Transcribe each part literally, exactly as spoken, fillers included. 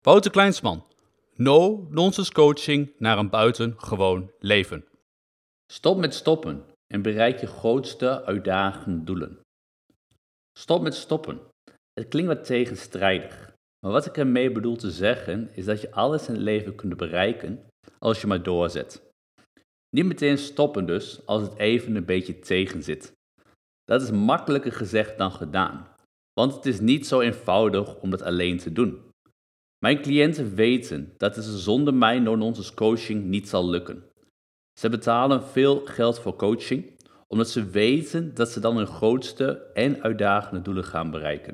Wouter Kleinsman. No-nonsense coaching naar een buitengewoon leven. Stop met stoppen en bereik je grootste uitdagende doelen. Stop met stoppen. Het klinkt wat tegenstrijdig, maar wat ik ermee bedoel te zeggen is dat je alles in het leven kunt bereiken als je maar doorzet. Niet meteen stoppen dus als het even een beetje tegenzit. Dat is makkelijker gezegd dan gedaan, want het is niet zo eenvoudig om dat alleen te doen. Mijn cliënten weten dat het zonder mij no-nonsense coaching niet zal lukken. Ze betalen veel geld voor coaching, omdat ze weten dat ze dan hun grootste en uitdagende doelen gaan bereiken.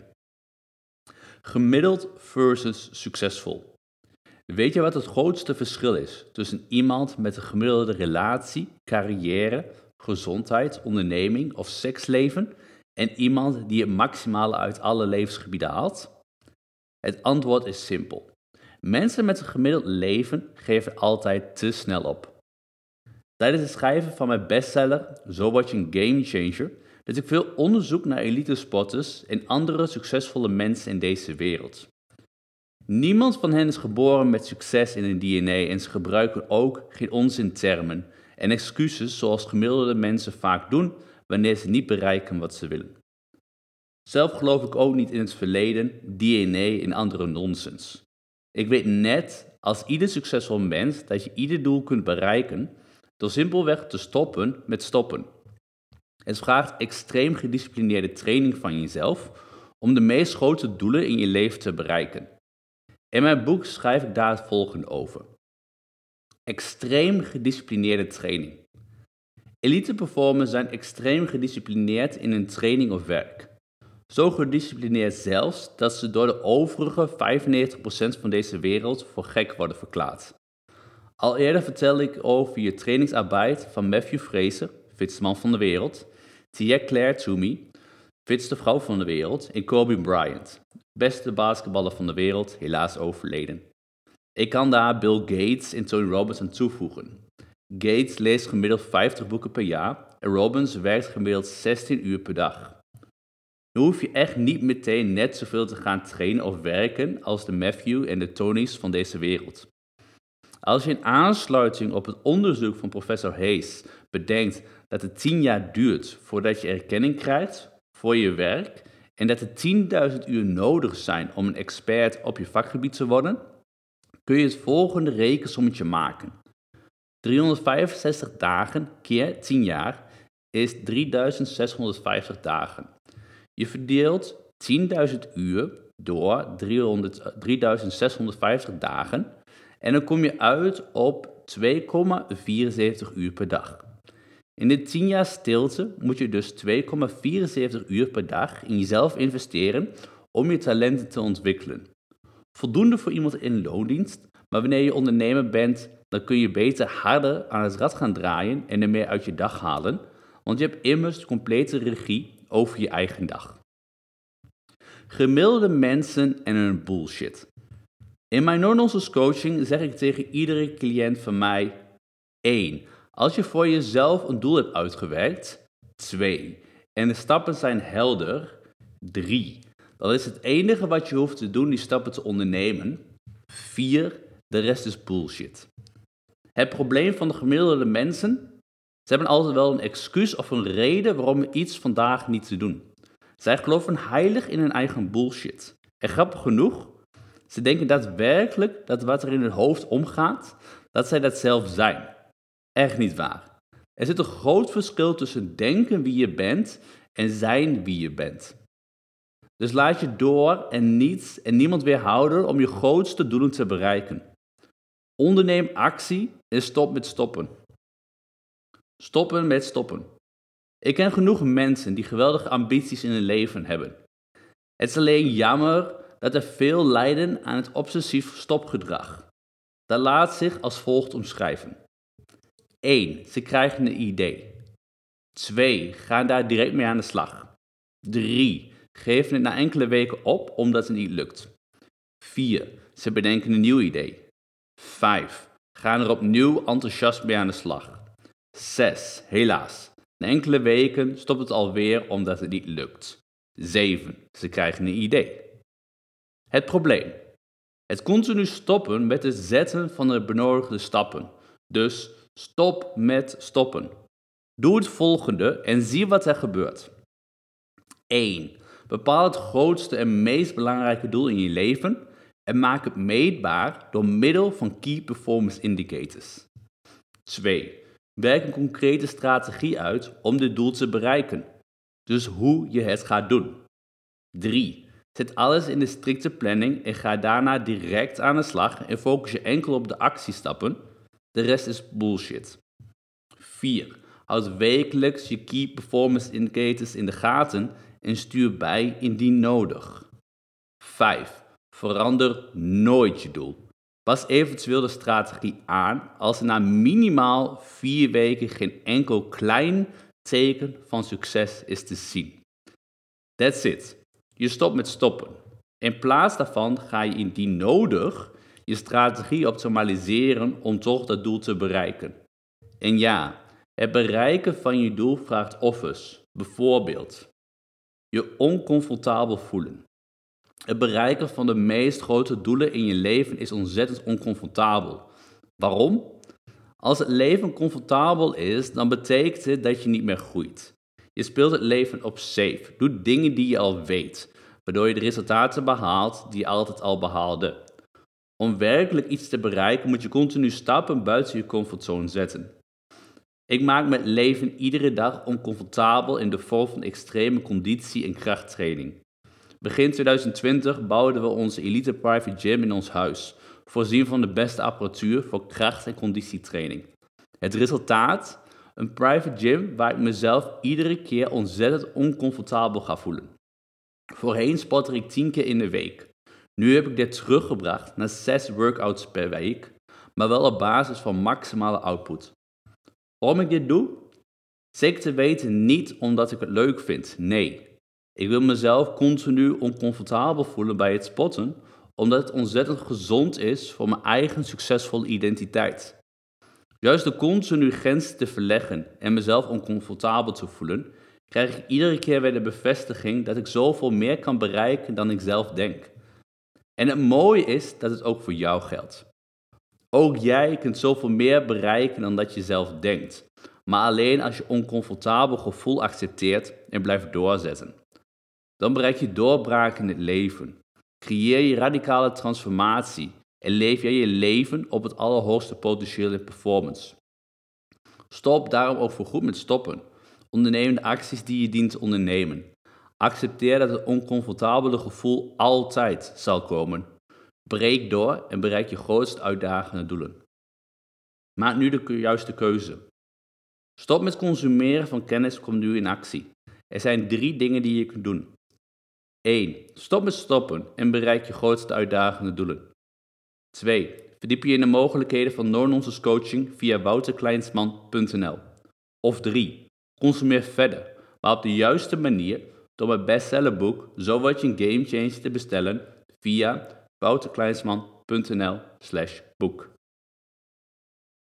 Gemiddeld versus succesvol. Weet je wat het grootste verschil is tussen iemand met een gemiddelde relatie, carrière, gezondheid, onderneming of seksleven en iemand die het maximale uit alle levensgebieden haalt? Het antwoord is simpel. Mensen met een gemiddeld leven geven altijd te snel op. Tijdens het schrijven van mijn bestseller Zo word je een game changer deed ik veel onderzoek naar elite sporters en andere succesvolle mensen in deze wereld. Niemand van hen is geboren met succes in hun D N A en ze gebruiken ook geen onzintermen en excuses zoals gemiddelde mensen vaak doen wanneer ze niet bereiken wat ze willen. Zelf geloof ik ook niet in het verleden, D N A en andere nonsens. Ik weet net als ieder succesvol mens dat je ieder doel kunt bereiken door simpelweg te stoppen met stoppen. Het vraagt extreem gedisciplineerde training van jezelf om de meest grote doelen in je leven te bereiken. In mijn boek schrijf ik daar het volgende over. Extreem gedisciplineerde training. Elite performers zijn extreem gedisciplineerd in hun training of werk. Zo gedisciplineerd zelfs dat ze door de overige vijfennegentig procent van deze wereld voor gek worden verklaard. Al eerder vertelde ik over je trainingsarbeid van Matthew Fraser, fitste man van de wereld, Tia Claire Toomey, fitste vrouw van de wereld, en Kobe Bryant, beste basketballer van de wereld, helaas overleden. Ik kan daar Bill Gates en Tony Robbins aan toevoegen. Gates leest gemiddeld vijftig boeken per jaar en Robbins werkt gemiddeld zestien uur per dag. Nu hoef je echt niet meteen net zoveel te gaan trainen of werken als de Matthew en de Tonys van deze wereld. Als je in aansluiting op het onderzoek van professor Hayes bedenkt dat het tien jaar duurt voordat je erkenning krijgt voor je werk en dat er tienduizend uur nodig zijn om een expert op je vakgebied te worden, kun je het volgende rekensommetje maken. driehonderdvijfenzestig dagen keer tien jaar is drieduizend zeshonderdvijftig dagen. Je verdeelt tienduizend uur door drieduizend zeshonderdvijftig dagen en dan kom je uit op twee komma vierenzeventig uur per dag. In de tien jaar stilte moet je dus twee komma vierenzeventig uur per dag in jezelf investeren om je talenten te ontwikkelen. Voldoende voor iemand in loondienst, maar wanneer je ondernemer bent, dan kun je beter harder aan het rad gaan draaien en er meer uit je dag halen, want je hebt immers complete regie over je eigen dag. Gemiddelde mensen en hun bullshit. In mijn no-nonsense coaching zeg ik tegen iedere cliënt van mij: één. Als je voor jezelf een doel hebt uitgewerkt. twee. En de stappen zijn helder. drie. Dan is het enige wat je hoeft te doen die stappen te ondernemen. vier. De rest is bullshit. Het probleem van de gemiddelde mensen: ze hebben altijd wel een excuus of een reden waarom iets vandaag niet te doen. Zij geloven heilig in hun eigen bullshit. En grappig genoeg, ze denken daadwerkelijk dat wat er in hun hoofd omgaat, dat zij dat zelf zijn. Echt niet waar. Er zit een groot verschil tussen denken wie je bent en zijn wie je bent. Dus laat je door en niets en niemand weerhouden om je grootste doelen te bereiken. Onderneem actie en stop met stoppen. Stoppen met stoppen. Ik ken genoeg mensen die geweldige ambities in hun leven hebben. Het is alleen jammer dat er veel lijden aan het obsessief stopgedrag. Dat laat zich als volgt omschrijven. één. Ze krijgen een idee. twee. Gaan daar direct mee aan de slag. drie. Geven het na enkele weken op omdat het niet lukt. vier. Ze bedenken een nieuw idee. vijf. Gaan er opnieuw enthousiast mee aan de slag. zes. Helaas. Na enkele weken stopt het alweer omdat het niet lukt. zeven. Ze krijgen een idee. Het probleem. Het continu stoppen met het zetten van de benodigde stappen. Dus stop met stoppen. Doe het volgende en zie wat er gebeurt. één. Bepaal het grootste en meest belangrijke doel in je leven en maak het meetbaar door middel van Key Performance Indicators. twee. Werk een concrete strategie uit om dit doel te bereiken. Dus hoe je het gaat doen. drie. Zet alles in de strikte planning en ga daarna direct aan de slag en focus je enkel op de actiestappen. De rest is bullshit. vier. Houd wekelijks je Key Performance Indicators in de gaten en stuur bij indien nodig. vijf. Verander nooit je doel. Pas eventueel de strategie aan als er na minimaal vier weken geen enkel klein teken van succes is te zien. That's it. Je stopt met stoppen. In plaats daarvan ga je indien nodig je strategie optimaliseren om toch dat doel te bereiken. En ja, het bereiken van je doel vraagt offers. Bijvoorbeeld, je oncomfortabel voelen. Het bereiken van de meest grote doelen in je leven is ontzettend oncomfortabel. Waarom? Als het leven comfortabel is, dan betekent het dat je niet meer groeit. Je speelt het leven op safe. Doe dingen die je al weet, waardoor je de resultaten behaalt die je altijd al behaalde. Om werkelijk iets te bereiken moet je continu stappen buiten je comfortzone zetten. Ik maak mijn leven iedere dag oncomfortabel in de vorm van extreme conditie- en krachttraining. Begin twintig twintig bouwden we onze elite private gym in ons huis, voorzien van de beste apparatuur voor kracht- en conditietraining. Het resultaat? Een private gym waar ik mezelf iedere keer ontzettend oncomfortabel ga voelen. Voorheen sportte ik tien keer in de week. Nu heb ik dit teruggebracht naar zes workouts per week, maar wel op basis van maximale output. Waarom ik dit doe? Zeker te weten niet omdat ik het leuk vind, nee. Ik wil mezelf continu oncomfortabel voelen bij het sporten, omdat het ontzettend gezond is voor mijn eigen succesvolle identiteit. Juist door continu grenzen te verleggen en mezelf oncomfortabel te voelen, krijg ik iedere keer weer de bevestiging dat ik zoveel meer kan bereiken dan ik zelf denk. En het mooie is dat het ook voor jou geldt. Ook jij kunt zoveel meer bereiken dan dat je zelf denkt, maar alleen als je oncomfortabel gevoel accepteert en blijft doorzetten. Dan bereik je doorbraak in het leven. Creëer je radicale transformatie en leef jij je leven op het allerhoogste potentieel in performance. Stop daarom ook voorgoed met stoppen. Onderneem de acties die je dient te ondernemen. Accepteer dat het oncomfortabele gevoel altijd zal komen. Breek door en bereik je grootst uitdagende doelen. Maak nu de juiste keuze. Stop met consumeren van kennis, kom nu in actie. Er zijn drie dingen die je kunt doen. één. Stop met stoppen en bereik je grootste uitdagende doelen. twee. Verdiep je in de mogelijkheden van no-nonsense coaching via wouterkleinsman punt n l. Of drie. Consumeer verder, maar op de juiste manier door mijn bestsellerboek Zo word je een gamechanger te bestellen via wouterkleinsman punt n l slash boek.